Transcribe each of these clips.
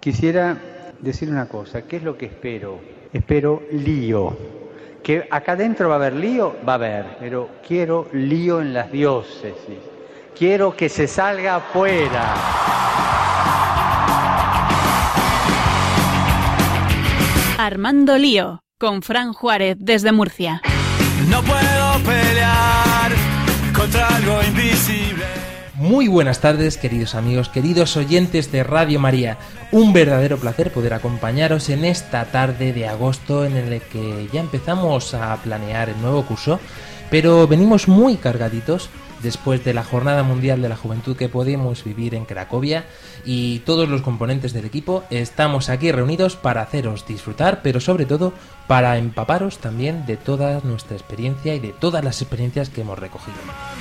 Quisiera decir una cosa, ¿qué es lo que espero? Espero lío. Que acá adentro va a haber lío, va a haber, pero quiero lío en las diócesis. Quiero que se salga afuera. Armando Lío, con Fran Juárez desde Murcia. No puedo pelear contra algo invisible. Muy buenas tardes, queridos amigos, queridos oyentes de Radio María. Un verdadero placer poder acompañaros en esta tarde de agosto en el que ya empezamos a planear el nuevo curso, pero venimos muy cargaditos después de la Jornada Mundial de la Juventud que podemos vivir en Cracovia, y todos los componentes del equipo estamos aquí reunidos para haceros disfrutar, pero sobre todo para empaparos también de toda nuestra experiencia y de todas las experiencias que hemos recogido.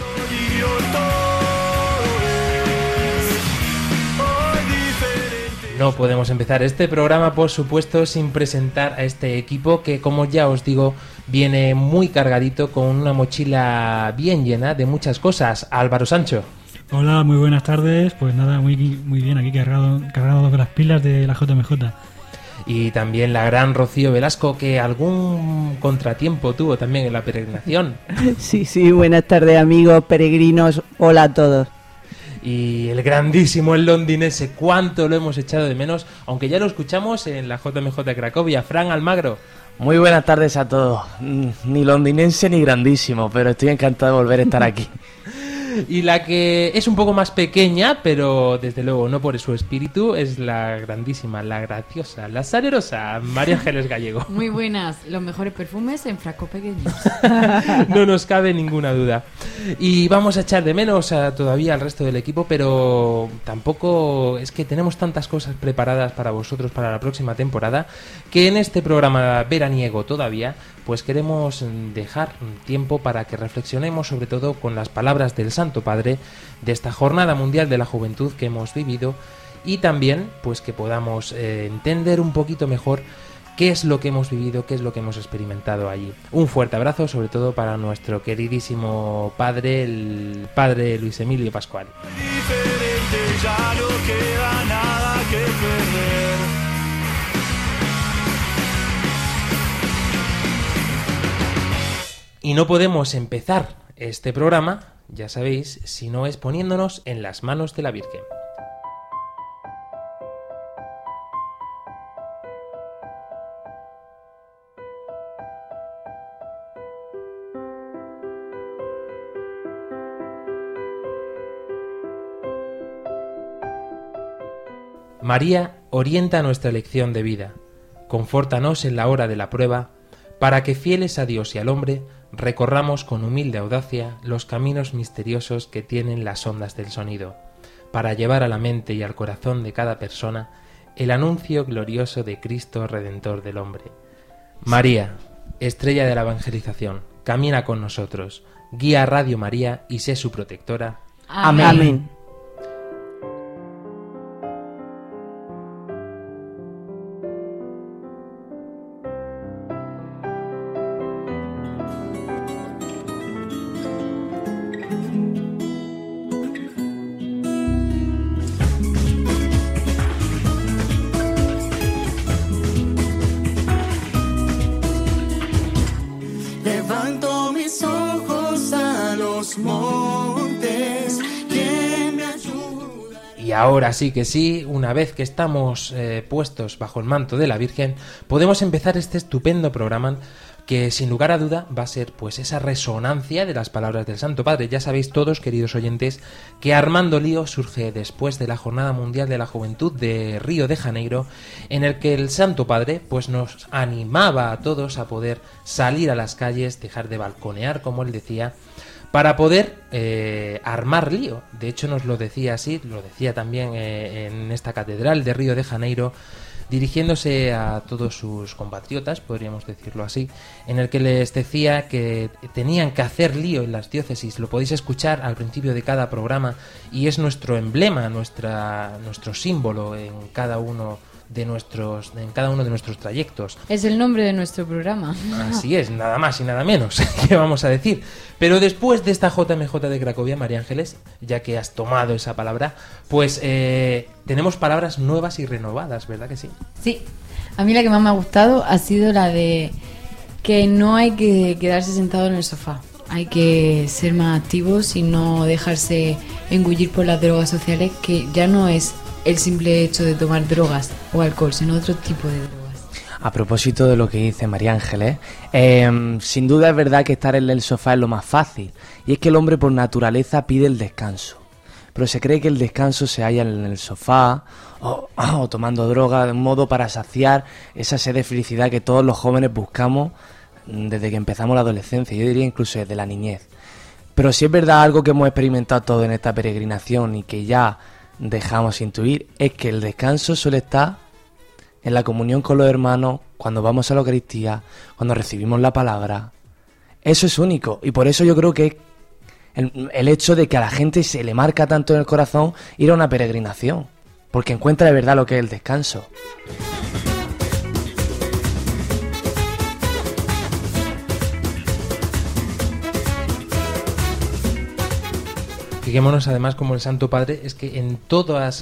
No podemos empezar este programa, por supuesto, sin presentar a este equipo que, como ya os digo, viene muy cargadito con una mochila bien llena de muchas cosas. Álvaro Sancho. Hola, muy buenas tardes. Pues nada, muy bien, aquí cargado con las pilas de la JMJ. Y también la gran Rocío Velasco, que algún contratiempo tuvo también en la peregrinación. Sí, buenas tardes, amigos peregrinos. Hola a todos. Y el grandísimo, el londinense, cuánto lo hemos echado de menos, aunque ya lo escuchamos en la JMJ de Cracovia. Fran Almagro. Muy buenas tardes a todos. Ni londinense ni grandísimo, pero estoy encantado de volver a estar aquí. Y la que es un poco más pequeña, pero desde luego no por su espíritu, es la grandísima, la graciosa, la salerosa María Ángeles Gallego. Muy buenas, los mejores perfumes en frascos pequeños. No nos cabe ninguna duda. Y vamos a echar de menos todavía al resto del equipo, pero tampoco es que tenemos tantas cosas preparadas para vosotros para la próxima temporada, que en este programa veraniego todavía, pues queremos dejar tiempo para que reflexionemos sobre todo con las palabras del Santo Padre de esta Jornada Mundial de la Juventud que hemos vivido, y también pues que podamos entender un poquito mejor qué es lo que hemos vivido, qué es lo que hemos experimentado allí. Un fuerte abrazo, sobre todo para nuestro queridísimo padre, el padre Luis Emilio Pascual. Diferente, ya no queda nada que perder. Y no podemos empezar este programa, ya sabéis, si no es poniéndonos en las manos de la Virgen. María orienta nuestra elección de vida, confórtanos en la hora de la prueba, para que fieles a Dios y al hombre, recorramos con humilde audacia los caminos misteriosos que tienen las ondas del sonido, para llevar a la mente y al corazón de cada persona el anuncio glorioso de Cristo Redentor del hombre. María, estrella de la evangelización, camina con nosotros, guía a Radio María y sé su protectora. Amén. Amén. Levanto mis ojos a los montes, ¿quién me ayuda? Y ahora sí que sí, una vez que estamos puestos bajo el manto de la Virgen, podemos empezar este estupendo programa que sin lugar a duda va a ser pues esa resonancia de las palabras del Santo Padre. Ya sabéis todos, queridos oyentes, que Armando Lío surge después de la Jornada Mundial de la Juventud de Río de Janeiro, en el que el Santo Padre pues nos animaba a todos a poder salir a las calles, dejar de balconear, como él decía, para poder armar lío. De hecho nos lo decía así, lo decía también en esta catedral de Río de Janeiro, dirigiéndose a todos sus compatriotas, podríamos decirlo así, en el que les decía que tenían que hacer lío en las diócesis. Lo podéis escuchar al principio de cada programa y es nuestro emblema, nuestro símbolo en cada uno en cada uno de nuestros trayectos. Es el nombre de nuestro programa. Así es, nada más y nada menos, ¿qué vamos a decir? Pero después de esta JMJ de Cracovia, María Ángeles, ya que has tomado esa palabra, pues tenemos palabras nuevas y renovadas, ¿verdad que sí? Sí, a mí la que más me ha gustado ha sido la de que no hay que quedarse sentado en el sofá. Hay que ser más activos y no dejarse engullir por las drogas sociales, que ya no es el simple hecho de tomar drogas o alcohol, sino otro tipo de drogas. A propósito de lo que dice María Ángeles, sin duda es verdad que estar en el sofá es lo más fácil, y es que el hombre por naturaleza pide el descanso, pero se cree que el descanso se halla en el sofá o tomando droga, de un modo para saciar esa sed de felicidad que todos los jóvenes buscamos desde que empezamos la adolescencia, yo diría incluso desde la niñez. Pero si es verdad algo que hemos experimentado todos en esta peregrinación y que ya dejamos intuir, es que el descanso suele estar en la comunión con los hermanos, cuando vamos a la Eucaristía, cuando recibimos la palabra. Eso es único, y por eso yo creo que el hecho de que a la gente se le marca tanto en el corazón ir a una peregrinación, porque encuentra de verdad lo que es el descanso. Fijémonos además como el Santo Padre es que en todas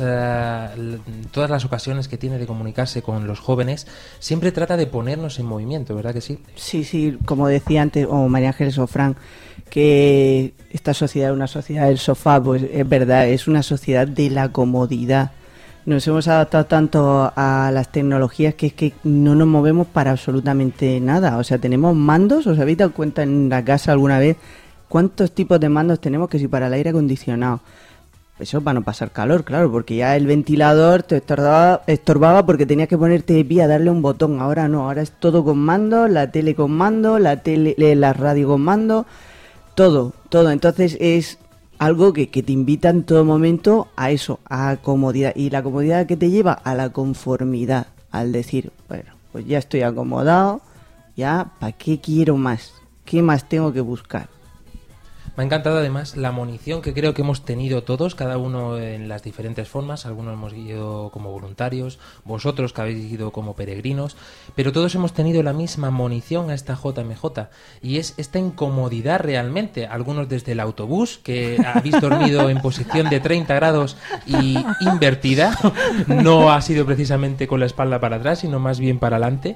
las ocasiones que tiene de comunicarse con los jóvenes siempre trata de ponernos en movimiento, ¿verdad que sí? Sí, como decía antes, o María Ángeles o Fran, que esta sociedad es una sociedad del sofá, pues es verdad, es una sociedad de la comodidad. Nos hemos adaptado tanto a las tecnologías que es que no nos movemos para absolutamente nada. O sea, tenemos mandos, ¿os habéis dado cuenta en la casa alguna vez cuántos tipos de mandos tenemos? Que si para el aire acondicionado, eso para no pasar calor, claro, porque ya el ventilador te estorbaba porque tenías que ponerte de pie a darle un botón. Ahora no, ahora es todo con mando, la tele con mando, la radio con mando, todo. Entonces es algo que te invita en todo momento a eso, a comodidad. Y la comodidad que te lleva a la conformidad, al decir, bueno, pues ya estoy acomodado, ya, ¿para qué quiero más? ¿Qué más tengo que buscar? Me ha encantado además la munición que creo que hemos tenido todos, cada uno en las diferentes formas. Algunos hemos ido como voluntarios, vosotros que habéis ido como peregrinos, pero todos hemos tenido la misma munición a esta JMJ, y es esta incomodidad realmente. Algunos desde el autobús, que habéis dormido en posición de 30 grados y invertida, no ha sido precisamente con la espalda para atrás, sino más bien para adelante.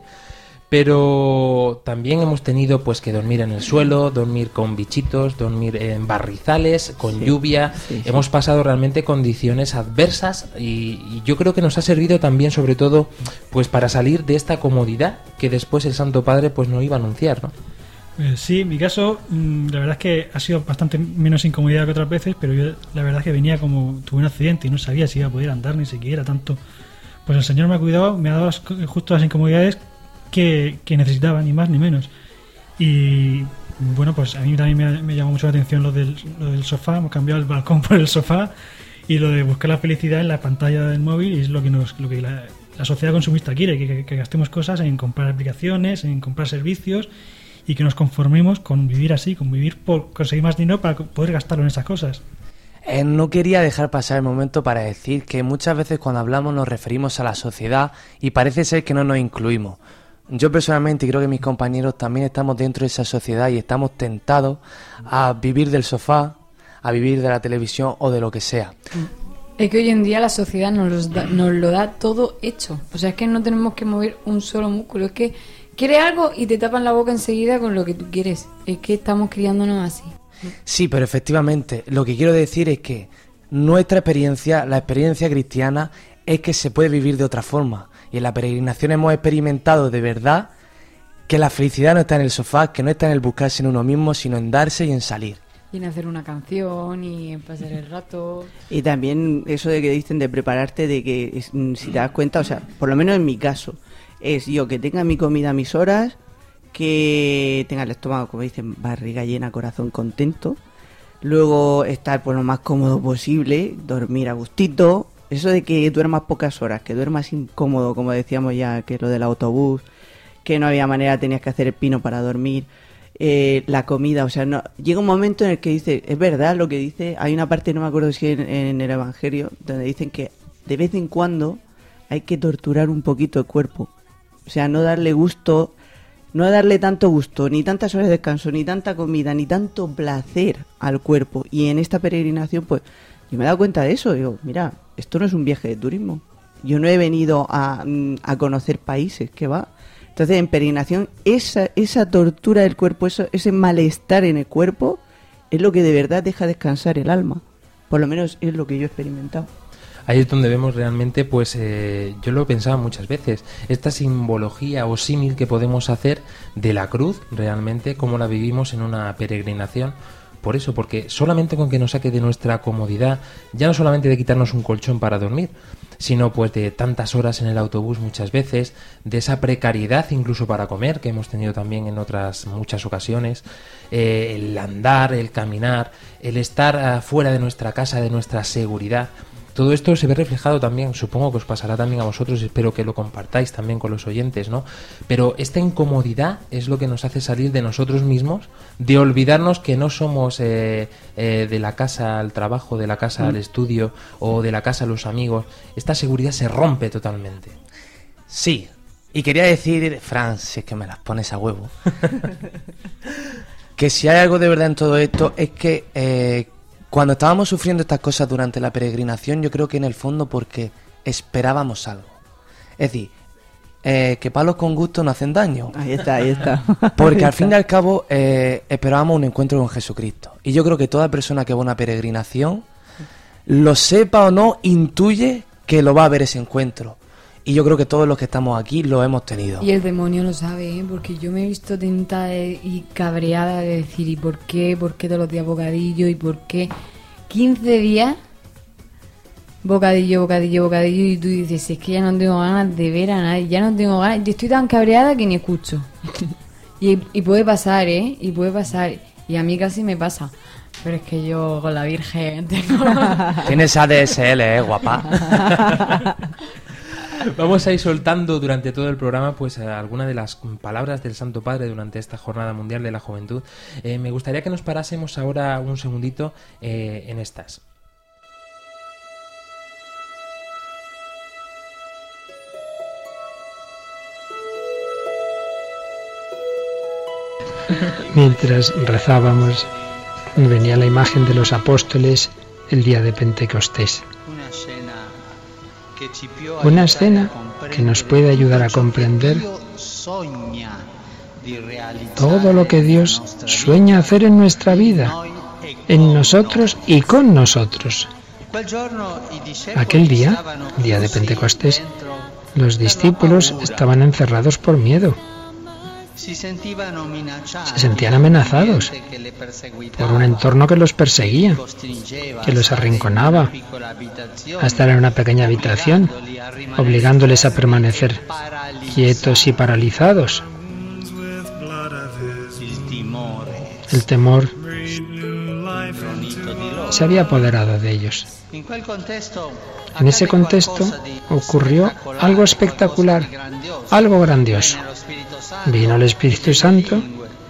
Pero también hemos tenido pues que dormir en el suelo, dormir con bichitos, dormir en barrizales, con lluvia. Sí. Hemos pasado realmente condiciones adversas y yo creo que nos ha servido también, sobre todo, pues para salir de esta comodidad que después el Santo Padre pues nos iba a anunciar, ¿no? Sí, en mi caso, la verdad es que ha sido bastante menos incomodidad que otras veces, pero yo la verdad es que venía como tuve un accidente y no sabía si iba a poder andar ni siquiera tanto. Pues el Señor me ha cuidado, me ha dado justo las incomodidades que necesitaba, ni más ni menos. Y bueno, pues a mí también me llamó mucho la atención lo del sofá. Hemos cambiado el balcón por el sofá, y lo de buscar la felicidad en la pantalla del móvil, y es lo que la sociedad consumista quiere, que gastemos cosas en comprar aplicaciones, en comprar servicios, y que nos conformemos con vivir así, con vivir por conseguir más dinero para poder gastarlo en esas cosas. No quería dejar pasar el momento para decir que muchas veces cuando hablamos nos referimos a la sociedad y parece ser que no nos incluimos. Yo personalmente, y creo que mis compañeros también estamos dentro de esa sociedad y estamos tentados a vivir del sofá, a vivir de la televisión o de lo que sea. Es que hoy en día la sociedad nos lo da todo hecho. O sea, es que no tenemos que mover un solo músculo. Es que quieres algo y te tapan la boca enseguida con lo que tú quieres. Es que estamos criándonos así. Sí, pero efectivamente, lo que quiero decir es que nuestra experiencia, la experiencia cristiana, es que se puede vivir de otra forma. Y en la peregrinación hemos experimentado de verdad que la felicidad no está en el sofá, que no está en el buscarse en uno mismo, sino en darse y en salir. Y en hacer una canción y en pasar el rato. Y también eso de que dicen de prepararte, de que si te das cuenta, o sea, por lo menos en mi caso, es yo que tenga mi comida a mis horas, que tenga el estómago, como dicen, barriga llena, corazón contento. Luego estar pues lo más cómodo posible, dormir a gustito. Eso de que duermas pocas horas, que duermas incómodo, como decíamos ya, que lo del autobús, que no había manera, tenías que hacer el pino para dormir, la comida, o sea, no llega un momento en el que dice, es verdad lo que dice, hay una parte, no me acuerdo si en el Evangelio, donde dicen que de vez en cuando hay que torturar un poquito el cuerpo. O sea, no darle gusto, no darle tanto gusto, ni tantas horas de descanso, ni tanta comida, ni tanto placer al cuerpo. Y en esta peregrinación, pues, yo me he dado cuenta de eso. Digo, mira, esto no es un viaje de turismo. Yo no he venido a conocer países, que va. Entonces, en peregrinación, esa tortura del cuerpo, ese malestar en el cuerpo, es lo que de verdad deja descansar el alma. Por lo menos es lo que yo he experimentado. Ahí es donde vemos realmente, pues yo lo he pensado muchas veces, esta simbología o símil que podemos hacer de la cruz, realmente, como la vivimos en una peregrinación. Por eso, porque solamente con que nos saque de nuestra comodidad, ya no solamente de quitarnos un colchón para dormir, sino pues de tantas horas en el autobús muchas veces, de esa precariedad incluso para comer, que hemos tenido también en otras muchas ocasiones, el andar, el caminar, el estar fuera de nuestra casa, de nuestra seguridad. Todo esto se ve reflejado también, supongo que os pasará también a vosotros, espero que lo compartáis también con los oyentes, ¿no? Pero esta incomodidad es lo que nos hace salir de nosotros mismos, de olvidarnos que no somos de la casa al trabajo, de la casa al estudio o de la casa a los amigos. Esta seguridad se rompe totalmente. Sí, y quería decir, Fran, si es que me las pones a huevo, que si hay algo de verdad en todo esto es que cuando estábamos sufriendo estas cosas durante la peregrinación, yo creo que en el fondo porque esperábamos algo. Es decir, que palos con gusto no hacen daño. Ahí está. Porque al fin y al cabo esperábamos un encuentro con Jesucristo. Y yo creo que toda persona que va a una peregrinación, lo sepa o no, intuye que lo va a ver ese encuentro. Y yo creo que todos los que estamos aquí lo hemos tenido. Y el demonio lo sabe, ¿eh? Porque yo me he visto tentada y cabreada de decir, ¿y por qué? ¿Por qué todos los días bocadillo? ¿Y por qué 15 días bocadillo? Y tú dices, es que ya no tengo ganas de ver a nadie, ya no tengo ganas, yo estoy tan cabreada que ni escucho. y puede pasar, ¿eh? Y puede pasar. Y a mí casi me pasa. Pero es que yo con la Virgen tengo... Tienes ADSL, guapa. Vamos a ir soltando durante todo el programa pues algunas de las palabras del Santo Padre durante esta Jornada Mundial de la Juventud. Me gustaría que nos parásemos ahora un segundito en estas. Mientras rezábamos, venía la imagen de los apóstoles el día de Pentecostés. Una escena que nos puede ayudar a comprender todo lo que Dios sueña hacer en nuestra vida, en nosotros y con nosotros. Aquel día, día de Pentecostés, los discípulos estaban encerrados por miedo. Se sentían amenazados por un entorno que los perseguía, que los arrinconaba, a estar en una pequeña habitación, obligándoles a permanecer quietos y paralizados. El temor se había apoderado de ellos. En ese contexto ocurrió algo espectacular, algo grandioso. Vino el Espíritu Santo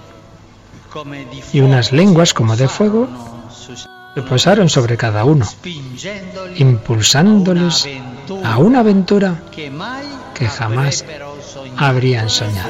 y unas lenguas como de fuego se posaron sobre cada uno, impulsándoles a una aventura que jamás habrían soñado.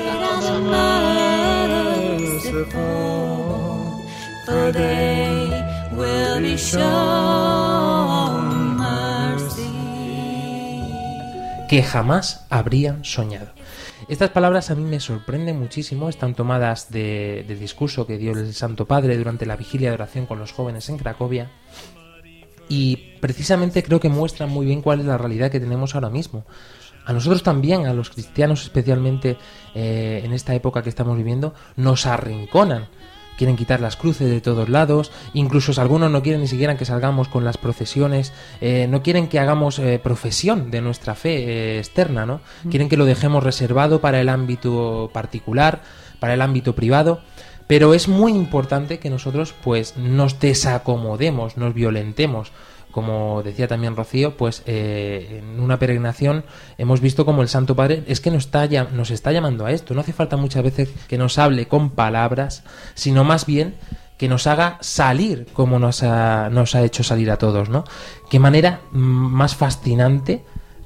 Que jamás habrían soñado. Estas palabras a mí me sorprenden muchísimo, están tomadas del discurso que dio el Santo Padre durante la vigilia de oración con los jóvenes en Cracovia y precisamente creo que muestran muy bien cuál es la realidad que tenemos ahora mismo. A nosotros también, a los cristianos especialmente en esta época que estamos viviendo, nos arrinconan. Quieren quitar las cruces de todos lados, incluso algunos no quieren ni siquiera que salgamos con las procesiones, no quieren que hagamos profesión de nuestra fe externa, ¿no? Quieren que lo dejemos reservado para el ámbito particular, para el ámbito privado, pero es muy importante que nosotros pues nos desacomodemos, nos violentemos. Como decía también Rocío, pues en una peregrinación hemos visto como el Santo Padre es que nos está llamando a esto. No hace falta muchas veces que nos hable con palabras, sino más bien que nos haga salir como nos ha hecho salir a todos, ¿no? Qué manera más fascinante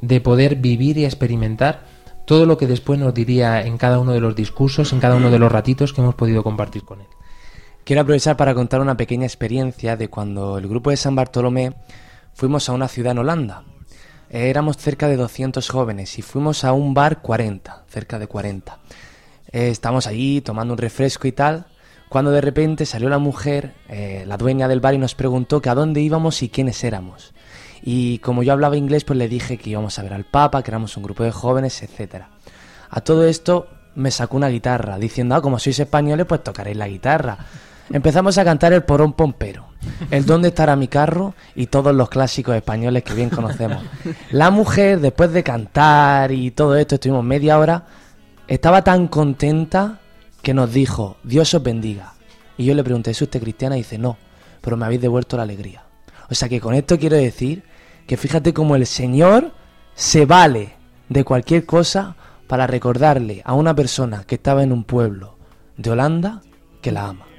de poder vivir y experimentar todo lo que después nos diría en cada uno de los discursos, en cada uno de los ratitos que hemos podido compartir con él. Quiero aprovechar para contar una pequeña experiencia de cuando el grupo de San Bartolomé fuimos a una ciudad en Holanda. Éramos cerca de 200 jóvenes y fuimos a un bar 40, cerca de 40. Estábamos allí tomando un refresco y tal, cuando de repente salió la mujer, la dueña del bar, y nos preguntó que a dónde íbamos y quiénes éramos. Y como yo hablaba inglés, pues le dije que íbamos a ver al Papa, que éramos un grupo de jóvenes, etc. A todo esto me sacó una guitarra, diciendo, como sois españoles, pues tocaréis la guitarra. Empezamos a cantar el Porón Pompero, el ¿Dónde estará mi carro? Y todos los clásicos españoles que bien conocemos. La mujer, después de cantar y todo esto, estuvimos media hora, estaba tan contenta que nos dijo, Dios os bendiga. Y yo le pregunté, ¿es usted cristiana? Y dice, no, pero me habéis devuelto la alegría. O sea que con esto quiero decir que fíjate cómo el Señor se vale de cualquier cosa para recordarle a una persona que estaba en un pueblo de Holanda que la ama.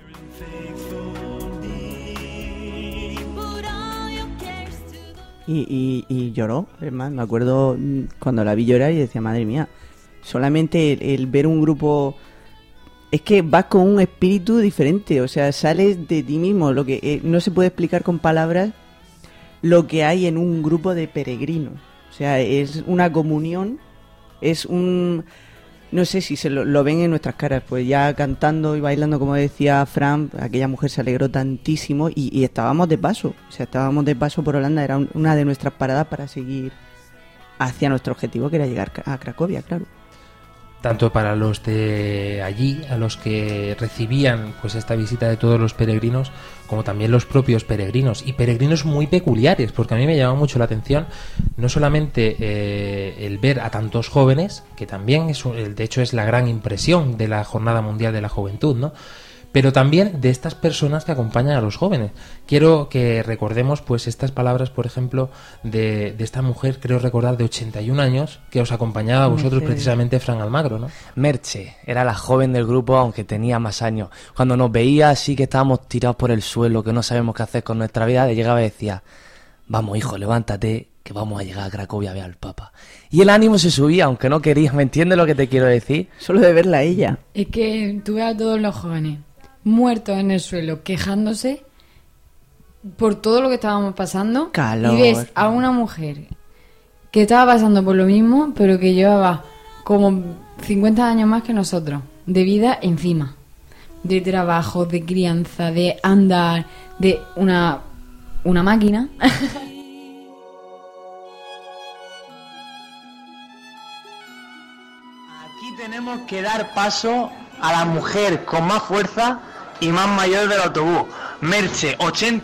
Y lloró, hermano. Me acuerdo cuando la vi llorar y decía, madre mía, solamente el ver un grupo, es que vas con un espíritu diferente, o sea, sales de ti mismo, lo que no se puede explicar con palabras lo que hay en un grupo de peregrinos. O sea, es una comunión, es un... No sé si se lo ven en nuestras caras, pues ya cantando y bailando, como decía Fran, aquella mujer se alegró tantísimo y estábamos de paso, o sea, estábamos de paso por Holanda, era una de nuestras paradas para seguir hacia nuestro objetivo, que era llegar a Cracovia, claro. Tanto para los de allí, a los que recibían pues esta visita de todos los peregrinos, como también los propios peregrinos, y peregrinos muy peculiares, porque a mí me llamó mucho la atención no solamente el ver a tantos jóvenes, que también de hecho es la gran impresión de la Jornada Mundial de la Juventud, ¿no?, pero también de estas personas que acompañan a los jóvenes. Quiero que recordemos pues estas palabras, por ejemplo, de esta mujer, creo recordar, de 81 años, que os acompañaba a vosotros, precisamente, Fran Almagro, ¿no? Merche era la joven del grupo, aunque tenía más años. Cuando nos veía así, que estábamos tirados por el suelo, que no sabemos qué hacer con nuestra vida, le llegaba y decía, vamos hijo, levántate, que vamos a llegar a Cracovia a ver al Papa. Y el ánimo se subía, aunque no quería. ¿Me entiendes lo que te quiero decir? Solo de verla a ella. Es que tú ves a todos los jóvenes muertos en el suelo, quejándose por todo lo que estábamos pasando. Calor. Y ves a una mujer que estaba pasando por lo mismo, pero que llevaba como 50 años más que nosotros, de vida encima, de trabajo, de crianza, de andar, de una máquina. Aquí tenemos que dar paso a la mujer con más fuerza y más mayor del autobús. Merche,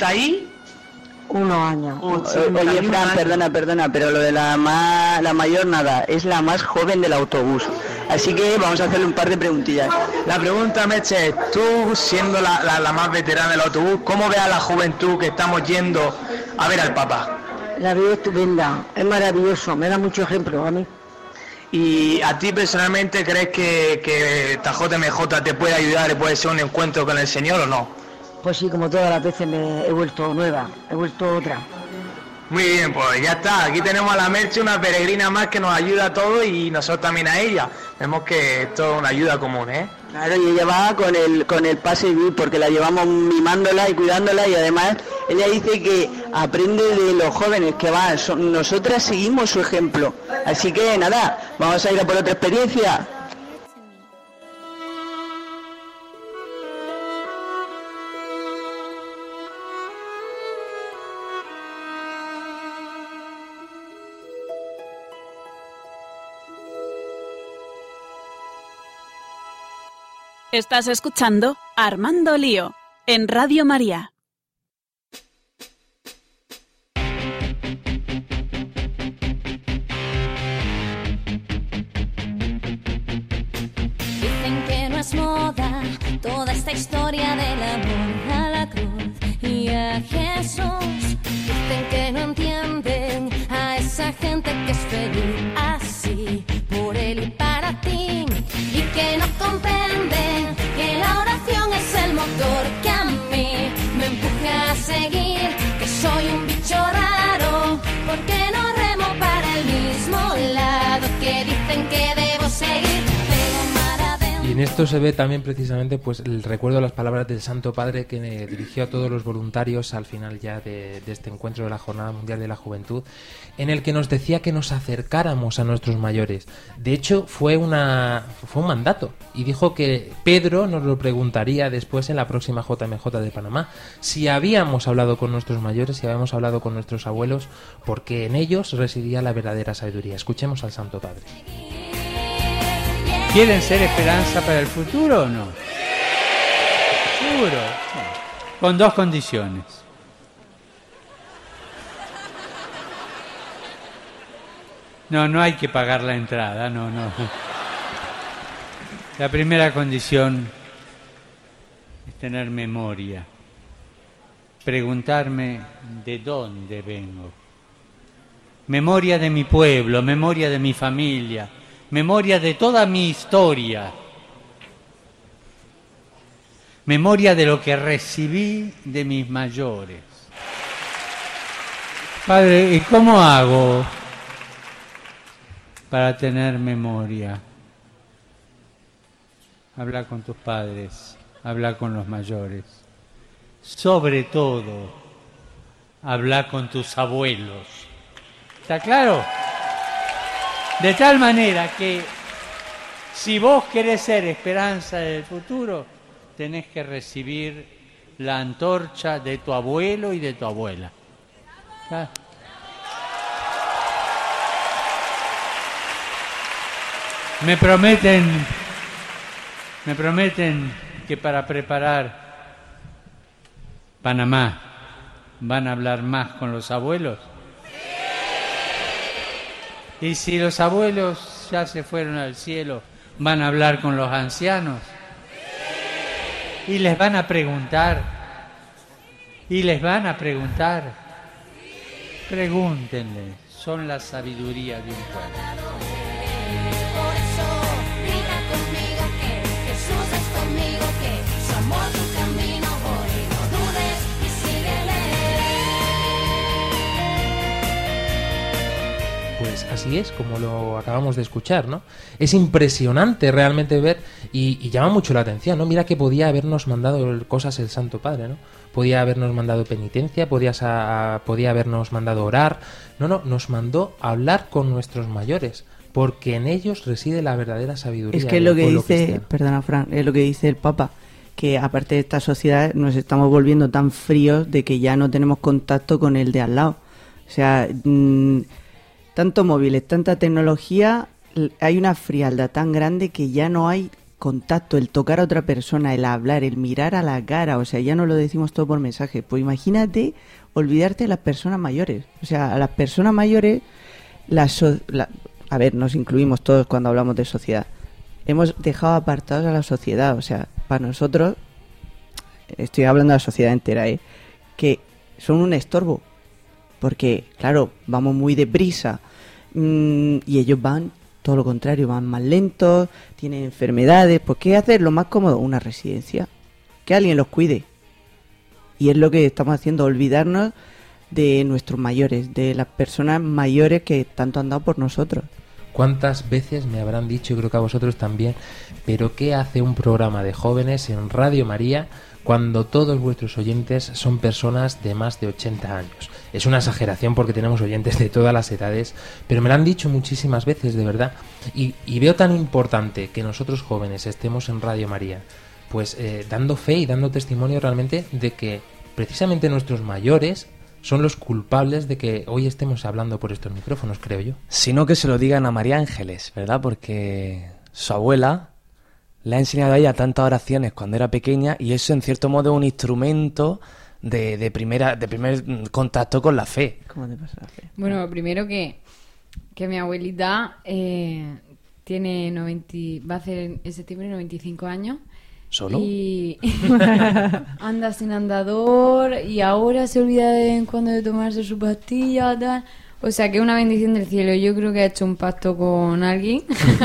81 años. Oye, Fran, perdona, pero lo de la mayor nada, es la más joven del autobús. Así que vamos a hacerle un par de preguntillas. La pregunta, Merche, tú siendo la más veterana del autobús, ¿cómo ves a la juventud que estamos yendo a ver al Papa? La veo estupenda, es maravilloso, me da mucho ejemplo a mí. ¿Y a ti personalmente crees que JMJ te puede ayudar y puede ser un encuentro con el Señor o no? Pues sí, como todas las veces me he vuelto nueva, he vuelto otra. Muy bien, pues ya está, aquí tenemos a la Merche, una peregrina más que nos ayuda a todos y nosotros también a ella. Vemos que esto es una ayuda común, ¿eh? Claro, y ella va con el pase VIP, porque la llevamos mimándola y cuidándola, y además ella dice que aprende de los jóvenes que van. Nosotras seguimos su ejemplo. Así que nada, vamos a ir a por otra experiencia. Estás escuchando Armando Lío en Radio María. Dicen que no es moda toda esta historia del amor a la cruz y a Jesús. Dicen que no entienden a esa gente que es feliz así, por él y para ti, y que no comprenden que la oración es el motor que a mí me empuja a seguir, que soy un bicho raro porque no remo para el mismo En esto se ve también precisamente pues el recuerdo a las palabras del Santo Padre que dirigió a todos los voluntarios al final ya de este encuentro de la Jornada Mundial de la Juventud, en el que nos decía que nos acercáramos a nuestros mayores. De hecho, fue un mandato, y dijo que Pedro nos lo preguntaría después en la próxima JMJ de Panamá, si habíamos hablado con nuestros mayores, si habíamos hablado con nuestros abuelos, porque en ellos residía la verdadera sabiduría. Escuchemos al Santo Padre. ¿Quieren ser esperanza para el futuro o no? Seguro. Con dos condiciones. No hay que pagar la entrada, no. La primera condición es tener memoria. Preguntarme de dónde vengo. Memoria de mi pueblo, memoria de mi familia, memoria de toda mi historia, memoria de lo que recibí de mis mayores. Padre, ¿y cómo hago para tener memoria? Habla con tus padres, habla con los mayores. Sobre todo, habla con tus abuelos. ¿Está claro? De tal manera que si vos querés ser esperanza del futuro, tenés que recibir la antorcha de tu abuelo y de tu abuela. ¿Está? Me prometen que para preparar Panamá van a hablar más con los abuelos. Y si los abuelos ya se fueron al cielo, van a hablar con los ancianos. Y les van a preguntar. Pregúntenle, son la sabiduría de un pueblo. Por eso grita conmigo que Jesús es conmigo, que su amor tu camino voy, no dudes y síguele. Pues así es, como lo acabamos de escuchar, ¿no? Es impresionante realmente ver y llama mucho la atención, ¿no? Mira que podía habernos mandado cosas el Santo Padre, ¿no? Podía habernos mandado penitencia, podía habernos mandado orar. No, nos mandó hablar con nuestros mayores, porque en ellos reside la verdadera sabiduría. Es que es lo que dice, perdona Fran, es lo que dice el Papa, que aparte de esta sociedad nos estamos volviendo tan fríos de que ya no tenemos contacto con el de al lado. O sea, tanto móviles, tanta tecnología, hay una frialdad tan grande que ya no hay contacto, el tocar a otra persona, el hablar, el mirar a la cara, o sea, ya no lo decimos todo por mensaje. Pues imagínate olvidarte de las personas mayores. O sea, a las personas mayores, a ver, nos incluimos todos cuando hablamos de sociedad. Hemos dejado apartados a la sociedad, o sea, para nosotros, estoy hablando de la sociedad entera, que son un estorbo. Porque, claro, vamos muy deprisa y ellos van todo lo contrario, van más lentos, tienen enfermedades. Pues ¿qué hacer? Lo más cómodo, una residencia, que alguien los cuide. Y es lo que estamos haciendo, olvidarnos de nuestros mayores, de las personas mayores que tanto han dado por nosotros. ¿Cuántas veces me habrán dicho, y creo que a vosotros también, pero qué hace un programa de jóvenes en Radio María cuando todos vuestros oyentes son personas de más de 80 años? Es una exageración porque tenemos oyentes de todas las edades, pero me lo han dicho muchísimas veces, de verdad. Y veo tan importante que nosotros jóvenes estemos en Radio María, pues dando fe y dando testimonio realmente de que precisamente nuestros mayores son los culpables de que hoy estemos hablando por estos micrófonos, creo yo. Sino que se lo digan a María Ángeles, ¿verdad? Porque su abuela le ha enseñado a ella tantas oraciones cuando era pequeña, y eso en cierto modo es un instrumento de primer contacto con la fe. ¿Cómo te pasa la fe? Bueno, primero que mi abuelita tiene va a hacer en septiembre 95 años. ¿Solo? Y anda sin andador y ahora se olvida de vez en cuando de tomarse su pastilla, tal. O sea que es una bendición del cielo. Yo creo que ha hecho un pacto con alguien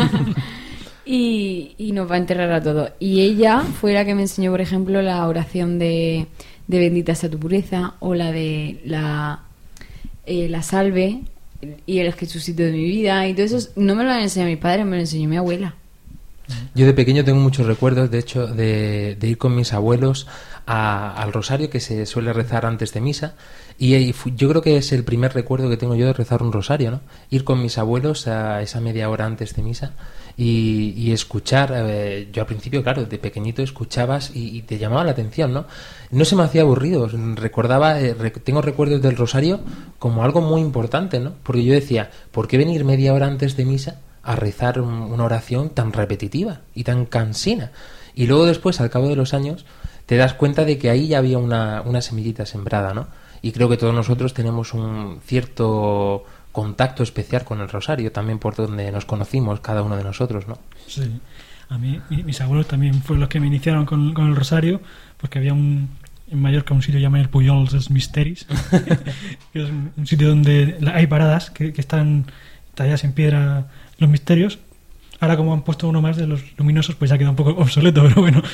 y nos va a enterrar a todos. Y ella fue la que me enseñó, por ejemplo, la oración de bendita sea tu pureza, o la de la salve y el Jesucito de mi vida, y todo eso no me lo han enseñado mis padres, me lo enseñó mi abuela. Yo de pequeño tengo muchos recuerdos, de hecho, de ir con mis abuelos al rosario que se suele rezar antes de misa. Y yo creo que es el primer recuerdo que tengo yo de rezar un rosario, ¿no? Ir con mis abuelos a esa media hora antes de misa y escuchar. Yo al principio, claro, de pequeñito escuchabas y te llamaba la atención, ¿no? No se me hacía aburrido. Recordaba, tengo recuerdos del rosario como algo muy importante, ¿no? Porque yo decía, ¿por qué venir media hora antes de misa a rezar una oración tan repetitiva y tan cansina? Y luego después, al cabo de los años, te das cuenta de que ahí ya había una semillita sembrada, ¿no? Y creo que todos nosotros tenemos un cierto contacto especial con el rosario, también por donde nos conocimos cada uno de nosotros, ¿no? Sí, a mí mis abuelos también fueron los que me iniciaron con el rosario, porque había en Mallorca un sitio llamado el Pujols dels Misteris, que es un sitio donde hay paradas que están talladas en piedra los misterios. Ahora, como han puesto uno más de los luminosos, pues ya queda un poco obsoleto, pero bueno.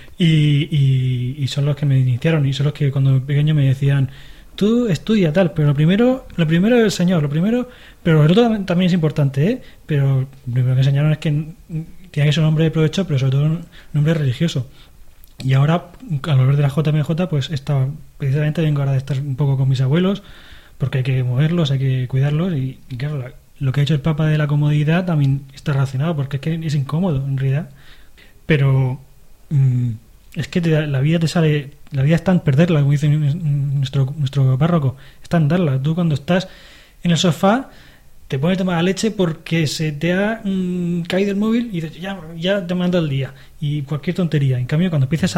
Y son los que me iniciaron, y son los que cuando pequeño me decían, tú estudia tal, pero lo primero es el Señor, pero el otro también es importante, ¿eh? Pero lo primero que enseñaron es que tiene que ser un hombre de provecho, pero sobre todo un hombre religioso. Y ahora, al volver de la JMJ, pues precisamente vengo ahora de estar un poco con mis abuelos, porque hay que moverlos, hay que cuidarlos, y claro, lo que ha hecho el Papa de la comodidad también está relacionado, porque es que es incómodo en realidad, pero es que la vida está en perderla, como dice nuestro párroco, está en darla. Tú cuando estás en el sofá te pones a tomar la leche porque se te ha caído el móvil y dices, ya te mando el día, y cualquier tontería. En cambio, cuando empiezas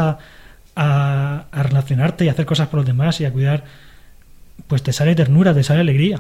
a relacionarte y a hacer cosas por los demás y a cuidar, pues te sale ternura, te sale alegría.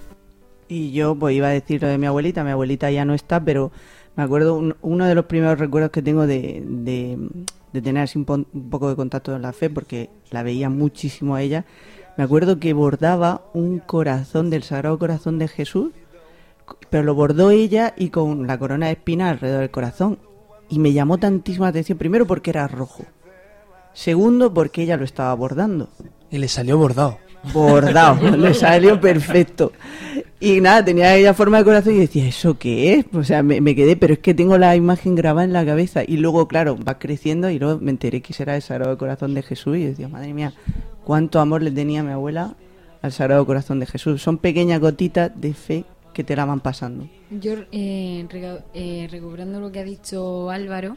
Y yo pues iba a decir lo de mi abuelita ya no está, pero me acuerdo uno de los primeros recuerdos que tengo de tener así un poco de contacto con la fe, porque la veía muchísimo a ella. Me acuerdo que bordaba un corazón del Sagrado Corazón de Jesús, pero lo bordó ella y con la corona de espinas alrededor del corazón. Y me llamó tantísima atención, primero porque era rojo, segundo porque ella lo estaba bordando. Y le salió bordado. Le salió perfecto. Y nada, tenía aquella forma de corazón y decía, ¿eso qué es? O sea, me quedé, pero es que tengo la imagen grabada en la cabeza. Y luego, claro, va creciendo y luego me enteré que era el Sagrado Corazón de Jesús y decía, madre mía, cuánto amor le tenía mi abuela al Sagrado Corazón de Jesús. Son pequeñas gotitas de fe que te la van pasando. Yo, recuperando lo que ha dicho Álvaro,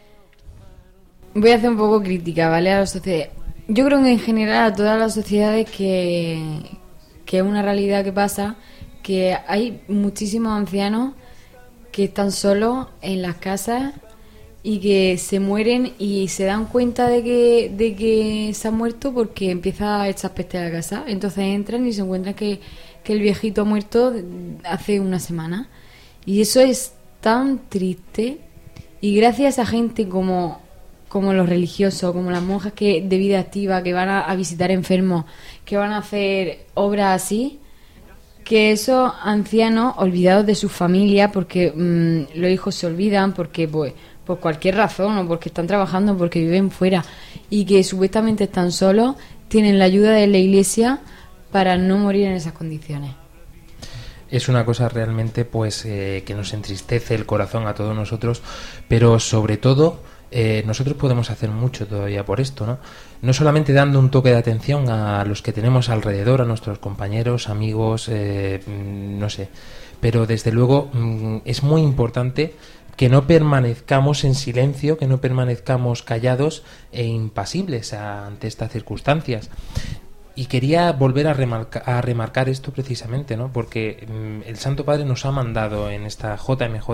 voy a hacer un poco crítica, ¿vale? A la sociedad. Yo creo que en general a todas las sociedades que es una realidad que pasa, que hay muchísimos ancianos que están solos en las casas y que se mueren y se dan cuenta de que se han muerto porque empieza a echar peste a la casa. Entonces entran y se encuentran que el viejito ha muerto hace una semana. Y eso es tan triste. Y gracias a gente como los religiosos, como las monjas de vida activa, que van a visitar enfermos, que van a hacer obras así, que esos ancianos olvidados de su familia, porque los hijos se olvidan, porque pues por cualquier razón, o porque están trabajando, porque viven fuera, y que supuestamente están solos, tienen la ayuda de la Iglesia para no morir en esas condiciones. Es una cosa realmente pues que nos entristece el corazón a todos nosotros, pero sobre todo nosotros podemos hacer mucho todavía por esto, ¿no? No solamente dando un toque de atención a los que tenemos alrededor, a nuestros compañeros, amigos, no sé, pero desde luego es muy importante que no permanezcamos en silencio, que no permanezcamos callados e impasibles ante estas circunstancias. Y quería volver a remarcar esto precisamente, ¿no? Porque el Santo Padre nos ha mandado en esta JMJ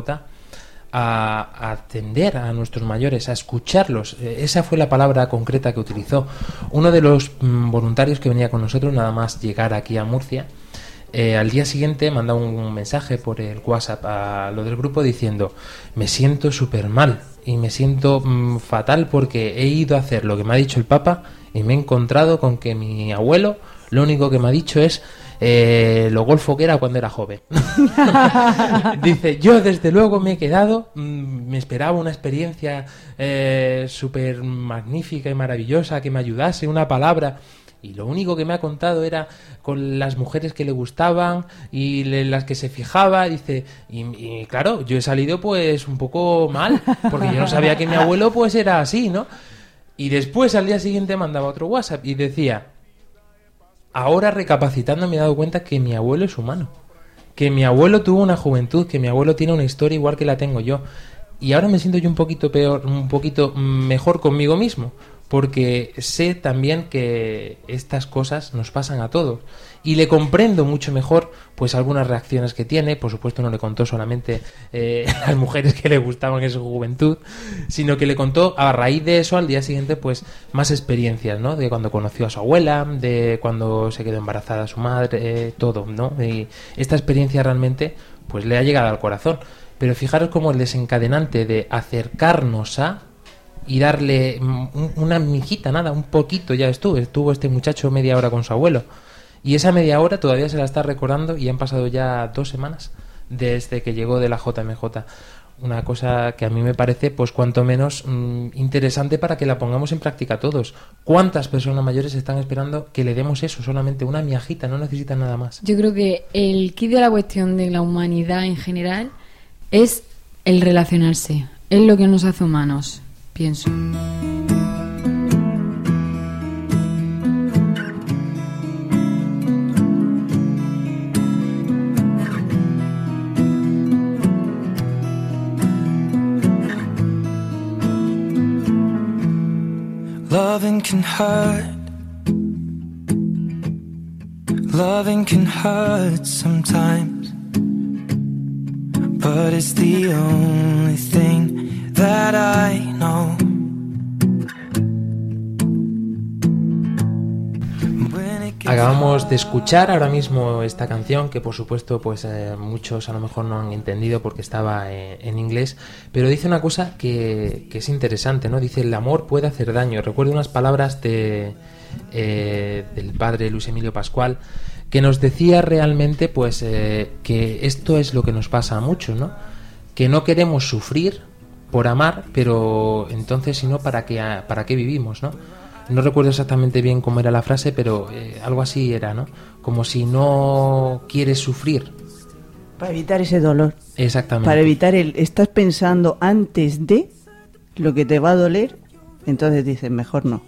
a atender a nuestros mayores, a escucharlos. Esa fue la palabra concreta que utilizó. Uno de los voluntarios que venía con nosotros, nada más llegar aquí a Murcia, al día siguiente manda un mensaje por el WhatsApp a lo del grupo diciendo: me siento súper mal y me siento fatal porque he ido a hacer lo que me ha dicho el Papa y me he encontrado con que mi abuelo lo único que me ha dicho es lo golfo que era cuando era joven. Dice, yo desde luego me he quedado, me esperaba una experiencia súper magnífica y maravillosa, que me ayudase, una palabra, Y lo único que me ha contado era con las mujeres que le gustaban y las que se fijaba. Dice, y claro, yo he salido pues un poco mal, porque yo no sabía que mi abuelo pues era así, ¿no? Y después al día siguiente mandaba otro WhatsApp y decía, ahora recapacitando me he dado cuenta que mi abuelo es humano, que mi abuelo tuvo una juventud, que mi abuelo tiene una historia igual que la tengo yo. Y ahora me siento yo un poquito mejor conmigo mismo, porque sé también que estas cosas nos pasan a todos y le comprendo mucho mejor pues algunas reacciones que tiene. Por supuesto no le contó solamente las mujeres que le gustaban en su juventud, sino que le contó a raíz de eso al día siguiente pues más experiencias, ¿no? De cuando conoció a su abuela, de cuando se quedó embarazada su madre, todo, ¿no? Y esta experiencia realmente pues le ha llegado al corazón. Pero fijaros cómo el desencadenante de acercarnos a y darle una mijita, nada, un poquito ya estuvo este muchacho media hora con su abuelo, y esa media hora todavía se la está recordando y han pasado ya 2 semanas desde que llegó de la JMJ. Una cosa que a mí me parece pues cuanto menos interesante para que la pongamos en práctica todos. ¿Cuántas personas mayores están esperando que le demos eso, solamente una miajita, no necesitan nada más? Yo creo que el quid de la cuestión de la humanidad en general es el relacionarse, es lo que nos hace humanos, pienso. Loving can hurt. Loving can hurt sometimes. But it's the only thing that I know. Acabamos de escuchar ahora mismo esta canción que por supuesto pues muchos a lo mejor no han entendido porque estaba en inglés, pero dice una cosa que es interesante, ¿no? Dice, el amor puede hacer daño. Recuerdo unas palabras del padre Luis Emilio Pascual, que nos decía realmente pues que esto es lo que nos pasa a muchos, ¿no? Que no queremos sufrir por amar, pero entonces si no, ¿para qué vivimos, no? No recuerdo exactamente bien cómo era la frase, pero algo así era, ¿no? Como si no quieres sufrir. Para evitar ese dolor. Exactamente. Para evitar estás pensando antes de lo que te va a doler, entonces dices, mejor no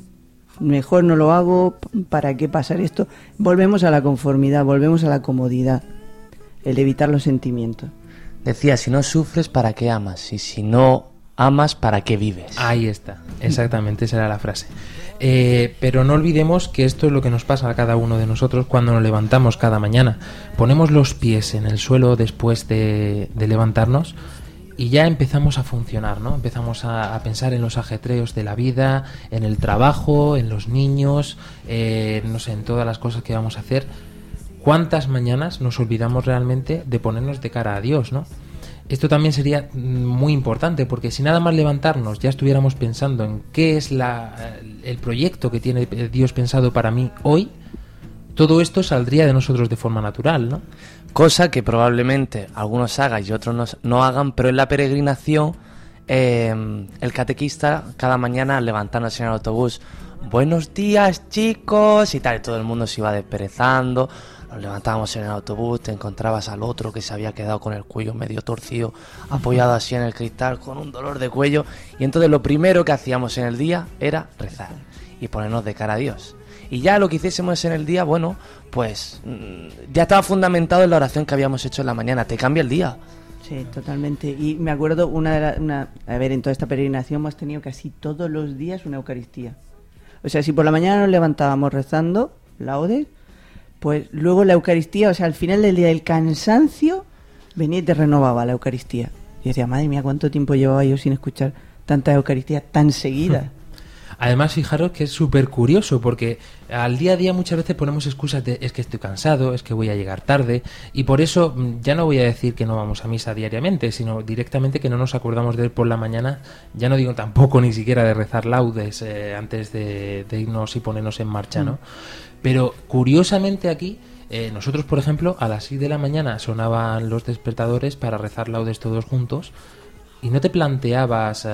lo hago, ¿para qué pasar esto? Volvemos a la conformidad, volvemos a la comodidad, el evitar los sentimientos. Decía, si no sufres, ¿para qué amas? Y si no amas, ¿para qué vives? Ahí está, exactamente, esa era la frase. Pero no olvidemos que esto es lo que nos pasa a cada uno de nosotros cuando nos levantamos cada mañana. Ponemos los pies en el suelo después de levantarnos y ya empezamos a funcionar, ¿no? Empezamos a pensar en los ajetreos de la vida, en el trabajo, en los niños, no sé, en todas las cosas que vamos a hacer. ¿Cuántas mañanas nos olvidamos realmente de ponernos de cara a Dios, ¿no? Esto también sería muy importante, porque si nada más levantarnos ya estuviéramos pensando en qué es el proyecto que tiene Dios pensado para mí hoy, todo esto saldría de nosotros de forma natural, ¿no? Cosa que probablemente algunos hagan y otros no hagan, pero en la peregrinación el catequista cada mañana levantándose en el autobús, buenos días chicos, y tal, y todo el mundo se iba desperezando. Nos levantábamos en el autobús, te encontrabas al otro que se había quedado con el cuello medio torcido, apoyado así en el cristal con un dolor de cuello, y entonces lo primero que hacíamos en el día era rezar y ponernos de cara a Dios. Y ya lo que hiciésemos en el día, bueno, pues ya estaba fundamentado en la oración que habíamos hecho en la mañana, te cambia el día. Sí, totalmente. Y me acuerdo, en toda esta peregrinación hemos tenido casi todos los días una Eucaristía. O sea, si por la mañana nos levantábamos rezando laudes, pues luego la Eucaristía, o sea, al final del día el cansancio venía y te renovaba la Eucaristía. Y decía, madre mía, ¿cuánto tiempo llevaba yo sin escuchar tantas Eucaristías tan seguidas? Además, fijaros que es súper curioso, porque al día a día muchas veces ponemos excusas de es que estoy cansado, es que voy a llegar tarde, y por eso ya no voy a decir que no vamos a misa diariamente, sino directamente que no nos acordamos de él por la mañana. Ya no digo tampoco ni siquiera de rezar laudes antes de irnos y ponernos en marcha, ¿no? Pero curiosamente aquí, nosotros, por ejemplo, a las 6 de la mañana sonaban los despertadores para rezar laudes todos juntos, y no te planteabas